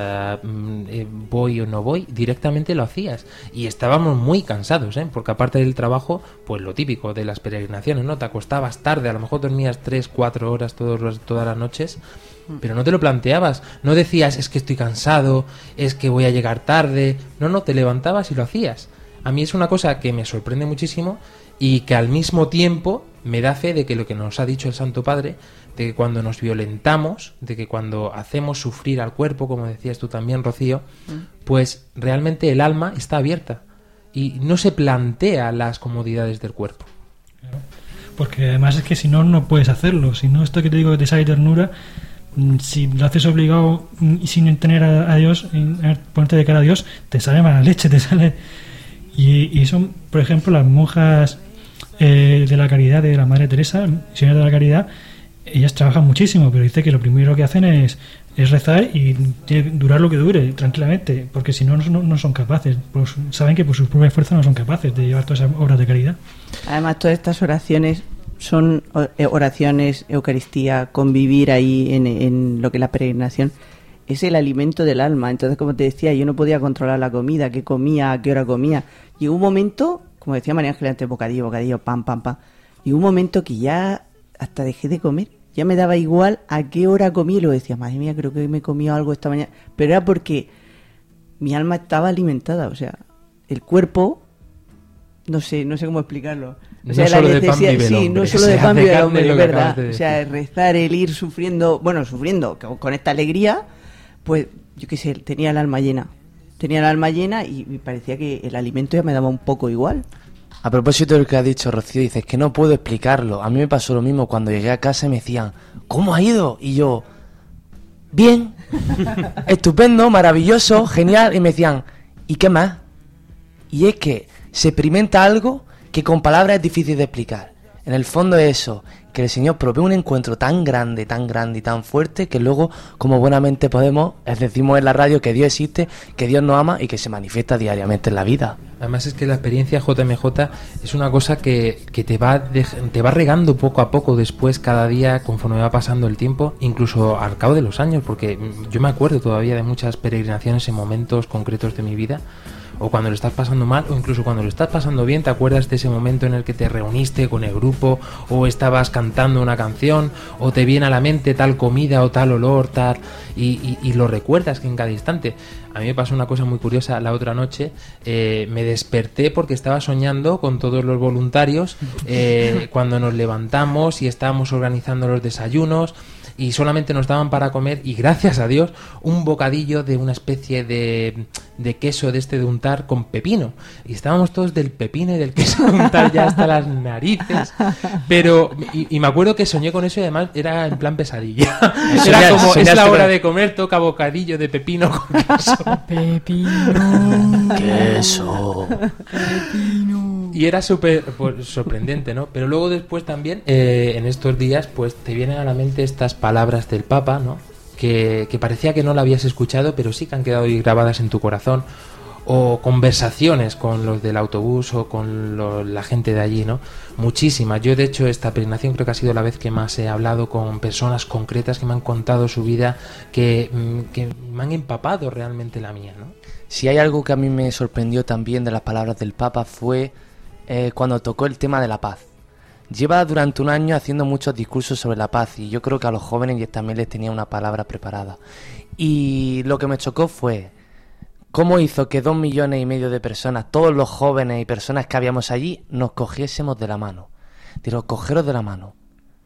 voy o no voy, directamente lo hacías. Y estábamos muy cansados, porque aparte del trabajo, pues lo típico de las peregrinaciones, ¿no? Te acostabas tarde, a lo mejor dormías 3-4 horas todas las noches, pero no te lo planteabas, no decías es que estoy cansado, es que voy a llegar tarde, no, te levantabas y lo hacías. A mí es una cosa que me sorprende muchísimo y que al mismo tiempo me da fe de que lo que nos ha dicho el Santo Padre, de que cuando nos violentamos, de que cuando hacemos sufrir al cuerpo, como decías tú también, Rocío, pues realmente el alma está abierta y no se plantea las comodidades del cuerpo. Porque además es que si no, no puedes hacerlo. Si no, esto que te digo que te sale ternura, si lo haces obligado y sin tener a Dios, ponerte de cara a Dios, te sale mala leche, te sale... Y son, por ejemplo, las monjas de la Caridad, de la Madre Teresa, Señora de la Caridad, ellas trabajan muchísimo, pero dice que lo primero que hacen es rezar y tiene que durar lo que dure, tranquilamente, porque si no, no son capaces, pues saben que por sus propias fuerzas no son capaces de llevar todas esas obras de caridad. Además, todas estas oraciones son oraciones, Eucaristía, convivir ahí en lo que es la peregrinación, es el alimento del alma. Entonces, como te decía, yo no podía controlar la comida, qué comía, a qué hora comía. Llegó un momento, como decía María Ángeles antes, bocadillo, pam. Llegó un momento que ya hasta dejé de comer. Ya me daba igual a qué hora comí. Y luego decía, madre mía, creo que me he comido algo esta mañana. Pero era porque mi alma estaba alimentada. O sea, el cuerpo, no sé cómo explicarlo. O sea, no solo de pan vive el hombre. No solo de pan vive el hombre, es verdad. O sea, rezar, el ir sufriendo con esta alegría, pues yo qué sé, tenía el alma llena. Y me parecía que el alimento ya me daba un poco igual. A propósito de lo que ha dicho Rocío, dices que no puedo explicarlo. A mí me pasó lo mismo cuando llegué a casa y me decían, ¿cómo ha ido? Y yo, bien, estupendo, maravilloso, genial. Y me decían, ¿y qué más? Y es que se experimenta algo que con palabras es difícil de explicar. En el fondo es eso, que el Señor provee un encuentro tan grande y tan fuerte que luego, como buenamente podemos, decimos en la radio que Dios existe, que Dios nos ama y que se manifiesta diariamente en la vida. Además es que la experiencia JMJ es una cosa que te va regando poco a poco después, cada día, conforme va pasando el tiempo, incluso al cabo de los años, porque yo me acuerdo todavía de muchas peregrinaciones en momentos concretos de mi vida, o cuando lo estás pasando mal, o incluso cuando lo estás pasando bien, te acuerdas de ese momento en el que te reuniste con el grupo, o estabas cantando una canción, o te viene a la mente tal comida o tal olor, tal, y lo recuerdas que en cada instante. A mí me pasó una cosa muy curiosa la otra noche, me desperté porque estaba soñando con todos los voluntarios cuando nos levantamos y estábamos organizando los desayunos, y solamente nos daban para comer, y gracias a Dios, un bocadillo de una especie de queso de untar con pepino, y estábamos todos del pepino y del queso de untar ya hasta las narices, pero y me acuerdo que soñé con eso, y además era en plan pesadilla. Era como, es la hora de comer, toca bocadillo de pepino con queso. Pepino, queso, pepino. Y era súper sorprendente, ¿no? Pero luego después también, en estos días, pues te vienen a la mente estas palabras del Papa, ¿no? Que parecía que no la habías escuchado, pero sí que han quedado ahí grabadas en tu corazón, o conversaciones con los del autobús o con la gente de allí, ¿no? Muchísimas. Yo, de hecho, esta peregrinación creo que ha sido la vez que más he hablado con personas concretas que me han contado su vida, que me han empapado realmente la mía, ¿no? Si hay algo que a mí me sorprendió también de las palabras del Papa fue cuando tocó el tema de la paz. Lleva durante un año haciendo muchos discursos sobre la paz, y yo creo que a los jóvenes también les tenía una palabra preparada. Y lo que me chocó fue cómo hizo que 2,5 millones de personas, todos los jóvenes y personas que habíamos allí, nos cogiésemos de la mano. Digo, cogeros de la mano.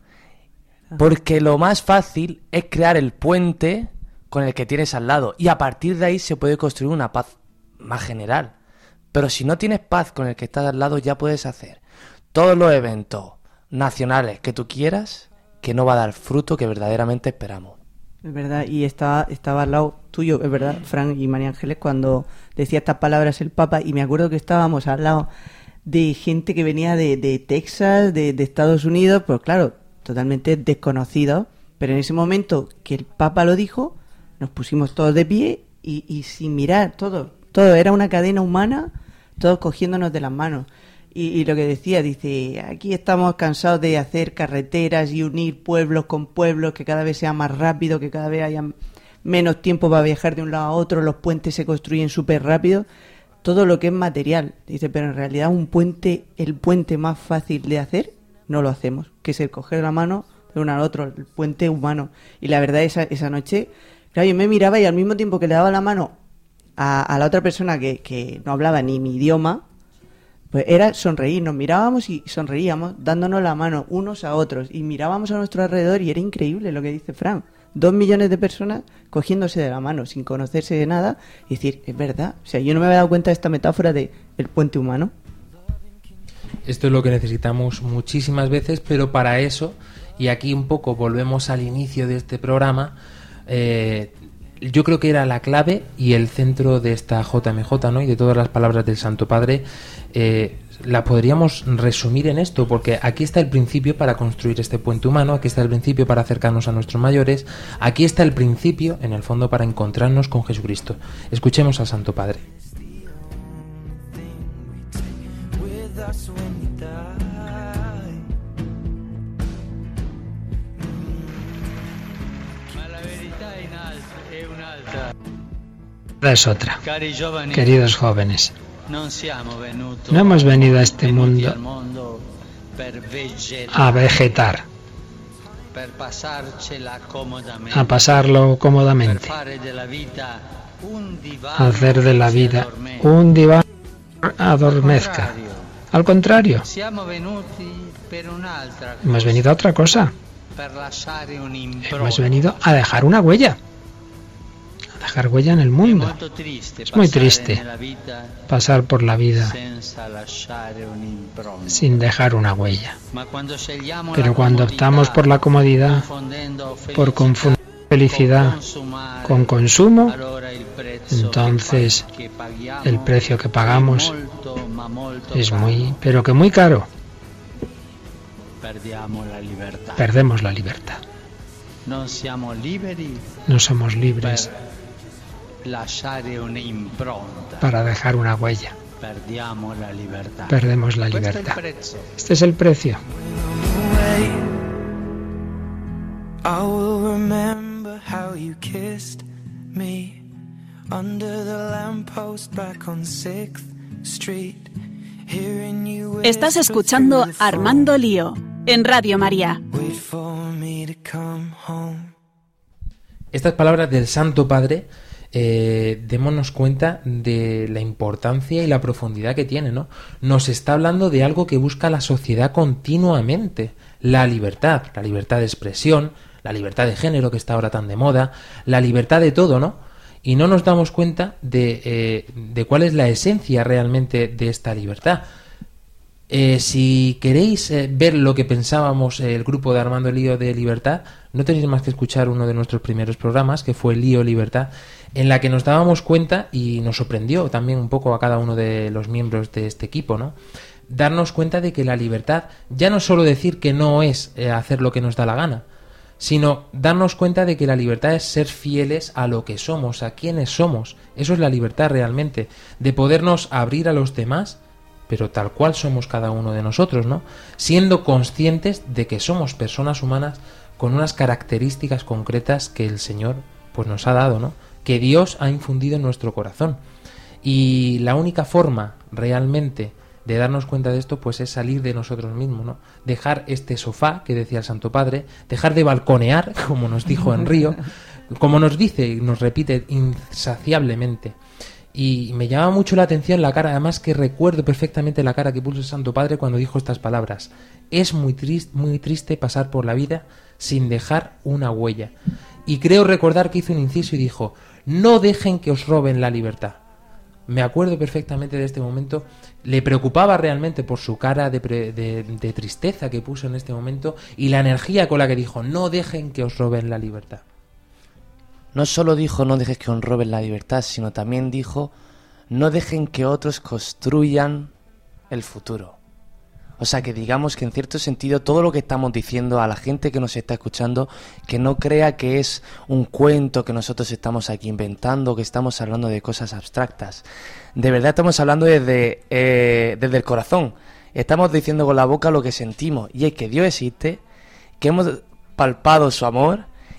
Porque lo más fácil es crear el puente con el que tienes al lado, y a partir de ahí se puede construir una paz más general. Pero si no tienes paz con el que estás al lado, ya puedes hacer todos los eventos nacionales que tú quieras, que no va a dar fruto que verdaderamente esperamos. Es verdad, y estaba al lado tuyo, es verdad, Fran y María Ángeles, cuando decía estas palabras el Papa, y me acuerdo que estábamos al lado de gente que venía de Texas, de Estados Unidos, pues claro, totalmente desconocidos, pero en ese momento que el Papa lo dijo, nos pusimos todos de pie y sin mirar, todo era una cadena humana, todos cogiéndonos de las manos. Y lo que decía, dice, aquí estamos cansados de hacer carreteras y unir pueblos con pueblos, que cada vez sea más rápido, que cada vez haya menos tiempo para viajar de un lado a otro, los puentes se construyen súper rápido, todo lo que es material. Dice, pero en realidad el puente más fácil de hacer, no lo hacemos, que es el coger la mano de uno al otro, el puente humano. Y la verdad, esa noche, claro, yo me miraba y al mismo tiempo que le daba la mano a la otra persona que no hablaba ni mi idioma, pues era sonreír, nos mirábamos y sonreíamos, dándonos la mano unos a otros, y mirábamos a nuestro alrededor y era increíble lo que dice Fran. 2 millones de personas cogiéndose de la mano sin conocerse de nada y decir, es verdad, o sea, yo no me había dado cuenta de esta metáfora de el puente humano. Esto es lo que necesitamos muchísimas veces, pero para eso, y aquí un poco volvemos al inicio de este programa, yo creo que era la clave y el centro de esta JMJ, ¿no? Y de todas las palabras del Santo Padre, la podríamos resumir en esto, porque aquí está el principio para construir este puente humano, aquí está el principio para acercarnos a nuestros mayores, aquí está el principio, en el fondo, para encontrarnos con Jesucristo. Escuchemos al Santo Padre. Es otra. Queridos jóvenes, no hemos venido a este mundo a vegetar, a pasarlo cómodamente, a hacer de la vida un diván adormezca. Al contrario, hemos venido a otra cosa. Hemos venido a dejar una huella. Dejar huella en el mundo. Es muy triste pasar por la vida sin dejar una huella. Pero cuando optamos por la comodidad, por confundir felicidad con consumo, entonces el precio que pagamos es pero que muy caro. Perdemos la libertad. No somos libres para dejar una huella. Perdemos la libertad. Este es el precio. Estás escuchando Armando Lío en Radio María. Estas palabras del Santo Padre, démonos cuenta de la importancia y la profundidad que tiene, ¿no? Nos está hablando de algo que busca la sociedad continuamente: la libertad de expresión, la libertad de género, que está ahora tan de moda, la libertad de todo, ¿no? Y no nos damos cuenta de cuál es la esencia realmente de esta libertad. Si queréis ver lo que pensábamos el grupo de Armando Lío de Libertad, no tenéis más que escuchar uno de nuestros primeros programas, que fue Lío Libertad, en la que nos dábamos cuenta, y nos sorprendió también un poco a cada uno de los miembros de este equipo, ¿no? Darnos cuenta de que la libertad ya no es solo decir que no es hacer lo que nos da la gana, sino darnos cuenta de que la libertad es ser fieles a lo que somos, a quienes somos. Eso es la libertad realmente, de podernos abrir a los demás, pero tal cual somos cada uno de nosotros, ¿no? Siendo conscientes de que somos personas humanas con unas características concretas que el Señor pues nos ha dado, ¿no? Que Dios ha infundido en nuestro corazón. Y la única forma realmente de darnos cuenta de esto pues es salir de nosotros mismos, ¿no? Dejar este sofá que decía el Santo Padre, dejar de balconear, como nos dijo en Río, como nos dice y nos repite insaciablemente. Y me llama mucho la atención la cara, además que recuerdo perfectamente la cara que puso el Santo Padre cuando dijo estas palabras: es muy triste pasar por la vida sin dejar una huella. Y creo recordar que hizo un inciso y dijo: no dejen que os roben la libertad. Me acuerdo perfectamente de este momento. Le preocupaba realmente por su cara de tristeza que puso en este momento y la energía con la que dijo: no dejen que os roben la libertad. No solo dijo no dejes que os roben la libertad, sino también dijo no dejen que otros construyan el futuro. O sea, que digamos que en cierto sentido todo lo que estamos diciendo a la gente que nos está escuchando, que no crea que es un cuento que nosotros estamos aquí inventando, que estamos hablando de cosas abstractas. De verdad estamos hablando desde el corazón. Estamos diciendo con la boca lo que sentimos, y es que Dios existe, que hemos palpado su amor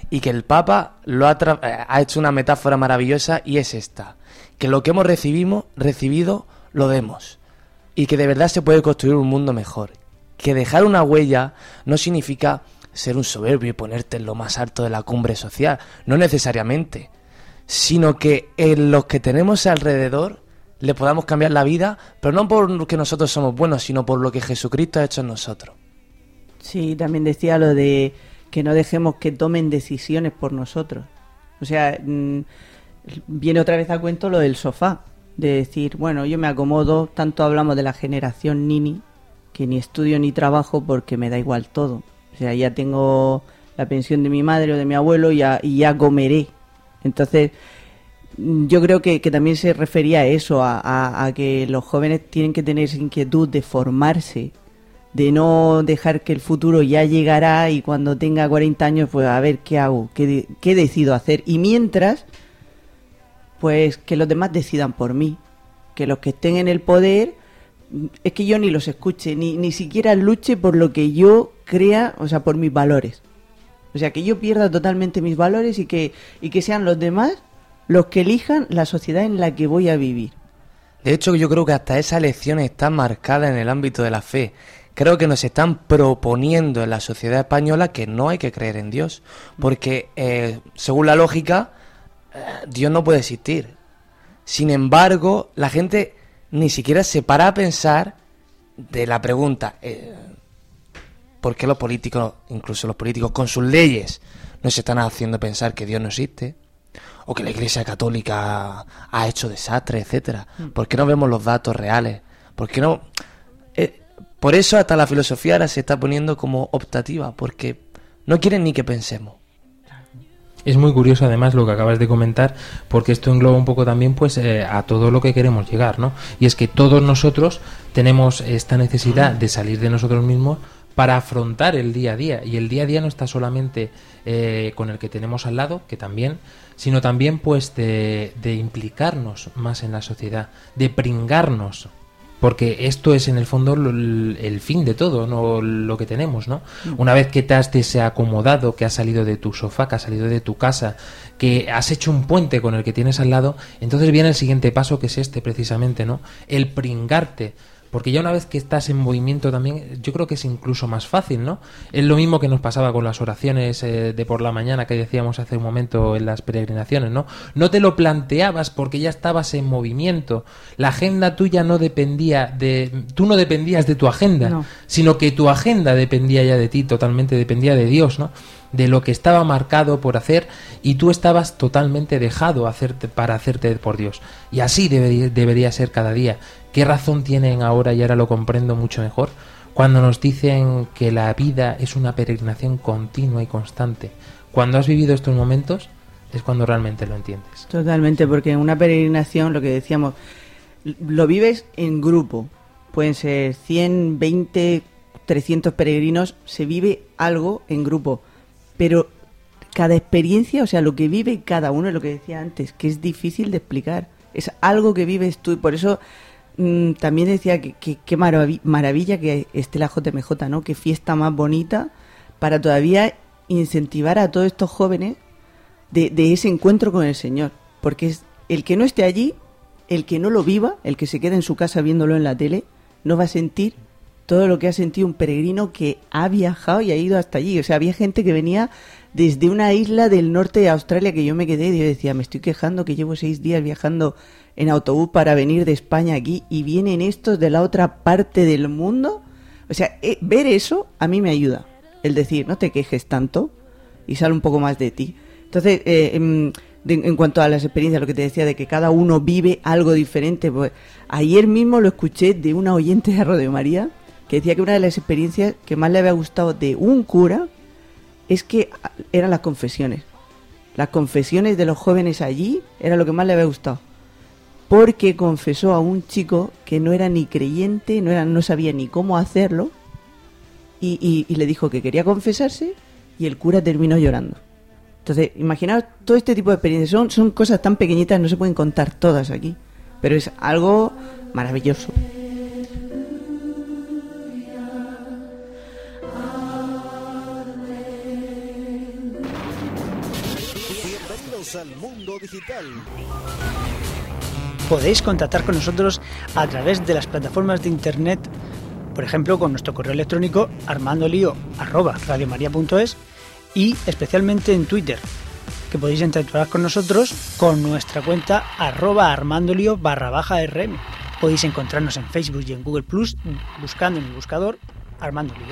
y que el Papa ha hecho una metáfora maravillosa, y es esta: que lo que hemos recibido lo demos, y que de verdad se puede construir un mundo mejor. Que dejar una huella no significa ser un soberbio y ponerte en lo más alto de la cumbre social, no necesariamente, sino que en los que tenemos alrededor le podamos cambiar la vida, pero no por lo que nosotros somos buenos, sino por lo que Jesucristo ha hecho en nosotros. Sí, también decía lo de que no dejemos que tomen decisiones por nosotros. O sea, viene otra vez a cuento lo del sofá, de decir, bueno, yo me acomodo, tanto hablamos de la generación Nini, que ni estudio ni trabajo porque me da igual todo. O sea, ya tengo la pensión de mi madre o de mi abuelo y ya comeré. Entonces, yo creo que también se refería a eso, a que los jóvenes tienen que tener esa inquietud de formarse, de no dejar que el futuro ya llegará y cuando tenga 40 años, pues a ver qué hago, qué decido hacer. Y mientras, pues que los demás decidan por mí, que los que estén en el poder, es que yo ni los escuche, ni siquiera luche por lo que yo crea, o sea, por mis valores. O sea, que yo pierda totalmente mis valores y que sean los demás los que elijan la sociedad en la que voy a vivir. De hecho, yo creo que hasta esa elección está marcada en el ámbito de la fe. Creo que nos están proponiendo en la sociedad española que no hay que creer en Dios, porque según la lógica, Dios no puede existir. Sin embargo, la gente ni siquiera se para a pensar de la pregunta, ¿por qué los políticos, incluso los políticos con sus leyes, nos están haciendo pensar que Dios no existe? O que la Iglesia Católica ha hecho desastres, etcétera. ¿Por qué no vemos los datos reales? ¿Por qué no? Por eso hasta la filosofía ahora se está poniendo como optativa, porque no quieren ni que pensemos. Es muy curioso además lo que acabas de comentar, porque esto engloba un poco también pues a todo lo que queremos llegar, ¿no? Y es que todos nosotros tenemos esta necesidad de salir de nosotros mismos para afrontar el día a día, y el día a día no está solamente con el que tenemos al lado, que también, sino también pues de implicarnos más en la sociedad, de pringarnos, porque esto es en el fondo el fin de todo, no lo que tenemos, ¿no? Una vez que te has desacomodado, que has salido de tu sofá, que has salido de tu casa, que has hecho un puente con el que tienes al lado, entonces viene el siguiente paso, que es este precisamente, ¿no? El pringarte. Porque ya una vez que estás en movimiento también, yo creo que es incluso más fácil, ¿no? Es lo mismo que nos pasaba con las oraciones de por la mañana que decíamos hace un momento en las peregrinaciones, ¿no? No te lo planteabas porque ya estabas en movimiento. La agenda tuya no dependía de... Tú no dependías de tu agenda, no, sino que tu agenda dependía ya de ti, totalmente dependía de Dios, ¿no? De lo que estaba marcado por hacer, y tú estabas totalmente dejado para hacerte por Dios. Y así debería ser cada día. ¿Qué razón tienen ahora, y ahora lo comprendo mucho mejor, cuando nos dicen que la vida es una peregrinación continua y constante? Cuando has vivido estos momentos es cuando realmente lo entiendes. Totalmente, porque en una peregrinación, lo que decíamos, lo vives en grupo. Pueden ser 100, 20, 300 peregrinos, se vive algo en grupo. Pero cada experiencia, o sea, lo que vive cada uno, es lo que decía antes, que es difícil de explicar. Es algo que vives tú, y por eso también decía que maravilla que esté la JMJ, ¿no? Qué fiesta más bonita para todavía incentivar a todos estos jóvenes de ese encuentro con el Señor. Porque es el que no esté allí, el que no lo viva, el que se quede en su casa viéndolo en la tele, no va a sentir todo lo que ha sentido un peregrino que ha viajado y ha ido hasta allí. O sea, había gente que venía desde una isla del norte de Australia, que yo me quedé y yo decía, me estoy quejando que llevo 6 días viajando en autobús para venir de España aquí, y vienen estos de la otra parte del mundo. O sea, ver eso a mí me ayuda. El decir, no te quejes tanto y sale un poco más de ti. Entonces, en cuanto a las experiencias, lo que te decía de que cada uno vive algo diferente, pues ayer mismo lo escuché de una oyente de Radio María, que decía que una de las experiencias que más le había gustado de un cura es que eran las confesiones. Las confesiones de los jóvenes allí era lo que más le había gustado. Porque confesó a un chico que no era ni creyente, no sabía ni cómo hacerlo, y le dijo que quería confesarse, y el cura terminó llorando. Entonces, imaginaos todo este tipo de experiencias. Son cosas tan pequeñitas, no se pueden contar todas aquí, pero es algo maravilloso. Bienvenidos al mundo digital. Podéis contactar con nosotros a través de las plataformas de internet, por ejemplo con nuestro correo electrónico armandolio@radiomaria.es y especialmente en Twitter, que podéis interactuar con nosotros con nuestra cuenta @armandolio_rm. Podéis encontrarnos en Facebook y en Google Plus buscando en el buscador Armando Lío.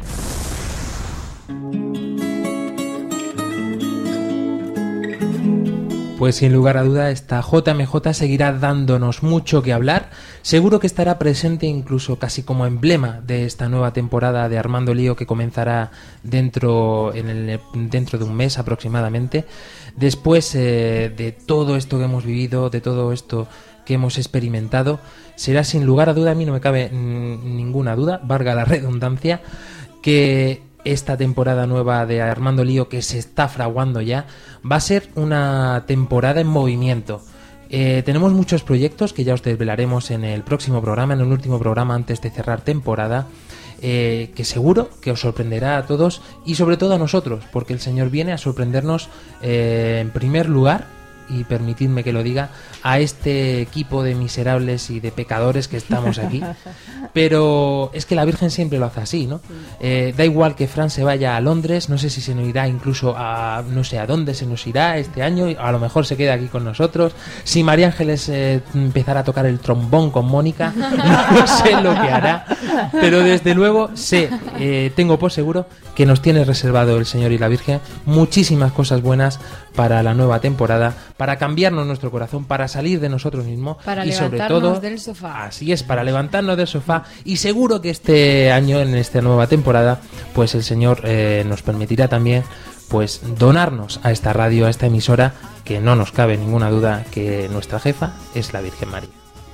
Pues sin lugar a duda esta JMJ seguirá dándonos mucho que hablar. Seguro que estará presente incluso casi como emblema de esta nueva temporada de Armando Lío que comenzará dentro de un mes aproximadamente. Después de todo esto que hemos vivido, de todo esto que hemos experimentado, será sin lugar a duda, a mí no me cabe ninguna duda, valga la redundancia, que esta temporada nueva de Armando Lío que se está fraguando ya va a ser una temporada en movimiento. Tenemos muchos proyectos que ya os desvelaremos en el próximo programa, en el último programa antes de cerrar temporada, que seguro que os sorprenderá a todos y sobre todo a nosotros, porque el Señor viene a sorprendernos en primer lugar, y permitidme que lo diga, a este equipo de miserables y de pecadores que estamos aquí. Pero es que la Virgen siempre lo hace así, ¿no? Da igual que Fran se vaya a Londres, no sé si se nos irá incluso a no sé a dónde se nos irá este año, a lo mejor se queda aquí con nosotros. Si María Ángeles empezara a tocar el trombón con Mónica, no sé lo que hará, pero desde luego sé, tengo por seguro que nos tiene reservado el Señor y la Virgen muchísimas cosas buenas para la nueva temporada, para cambiarnos nuestro corazón, para salir de nosotros mismos para y sobre levantarnos todo del sofá. Así es, para levantarnos del sofá, y seguro que este año, en esta nueva temporada, pues el Señor nos permitirá también pues donarnos a esta radio, a esta emisora, que no nos cabe ninguna duda que nuestra jefa es la Virgen María.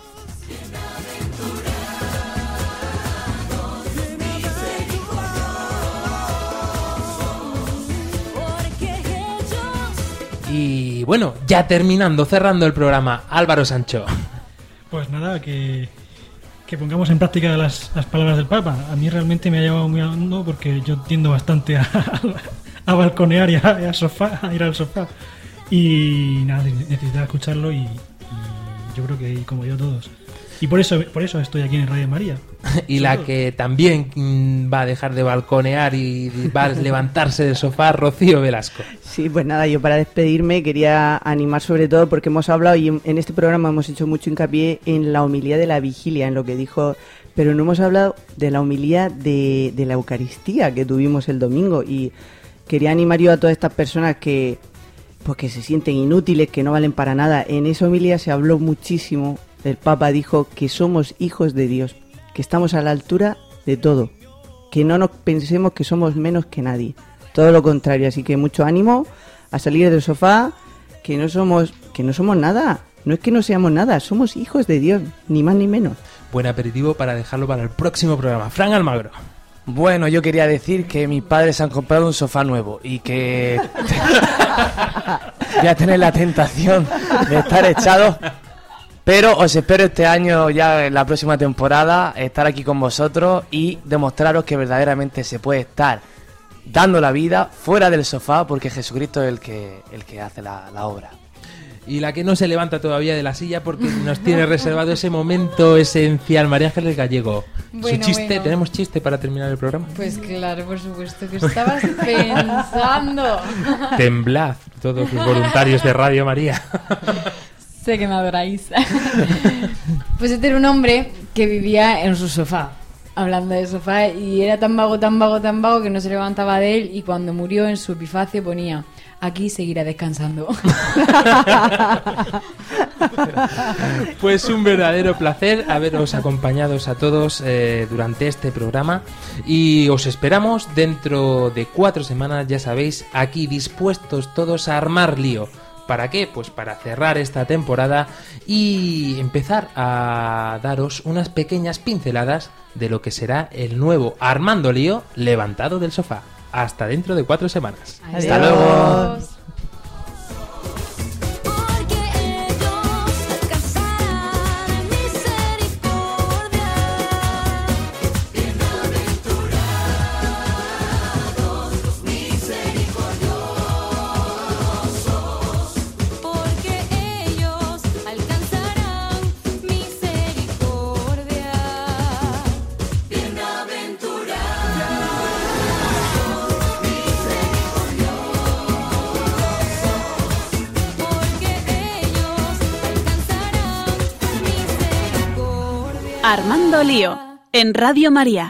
Y bueno, ya terminando, cerrando el programa, Álvaro Sancho. Pues nada, que pongamos en práctica las palabras del Papa. A mí realmente me ha llevado muy hondo porque yo tiendo bastante a balconear y a ir al sofá. Y nada, necesitaba escucharlo y yo creo que como yo todos. Y por eso estoy aquí en Radio María. Y la que también va a dejar de balconear y va a levantarse del sofá, Rocío Velasco. Sí, pues nada, yo para despedirme quería animar sobre todo porque hemos hablado y en este programa hemos hecho mucho hincapié en la homilía de la vigilia, en lo que dijo, pero no hemos hablado de la homilía de la Eucaristía que tuvimos el domingo, y quería animar yo a todas estas personas que se sienten inútiles, que no valen para nada. En esa homilía se habló muchísimo. El Papa dijo que somos hijos de Dios, que estamos a la altura de todo, que no nos pensemos que somos menos que nadie, todo lo contrario. Así que mucho ánimo a salir del sofá, que no somos nada, no es que no seamos nada, somos hijos de Dios, ni más ni menos. Buen aperitivo para dejarlo para el próximo programa. Fran Almagro. Bueno, yo quería decir que mis padres han comprado un sofá nuevo y que voy a tener la tentación de estar echado. Pero os espero este año, ya en la próxima temporada, estar aquí con vosotros y demostraros que verdaderamente se puede estar dando la vida fuera del sofá, porque Jesucristo es el que hace la obra. Y la que no se levanta todavía de la silla porque nos tiene reservado ese momento esencial, María Ángeles Gallego. Bueno, Su chiste, bueno. ¿Tenemos chiste para terminar el programa? Pues claro, por supuesto que estabas pensando. Temblad, todos los voluntarios de Radio María. Sé que me adoráis. Pues este era un hombre que vivía en su sofá, hablando de sofá, y era tan vago que no se levantaba de él, y cuando murió en su epifacio ponía: aquí seguirá descansando. Pues un verdadero placer haberos acompañado a todos durante este programa, y os esperamos dentro de 4 semanas, ya sabéis, aquí dispuestos todos a armar lío. ¿Para qué? Pues para cerrar esta temporada y empezar a daros unas pequeñas pinceladas de lo que será el nuevo Armando Lío levantado del sofá. Hasta dentro de 4 semanas. Adiós. Hasta luego. Armando Lío, en Radio María.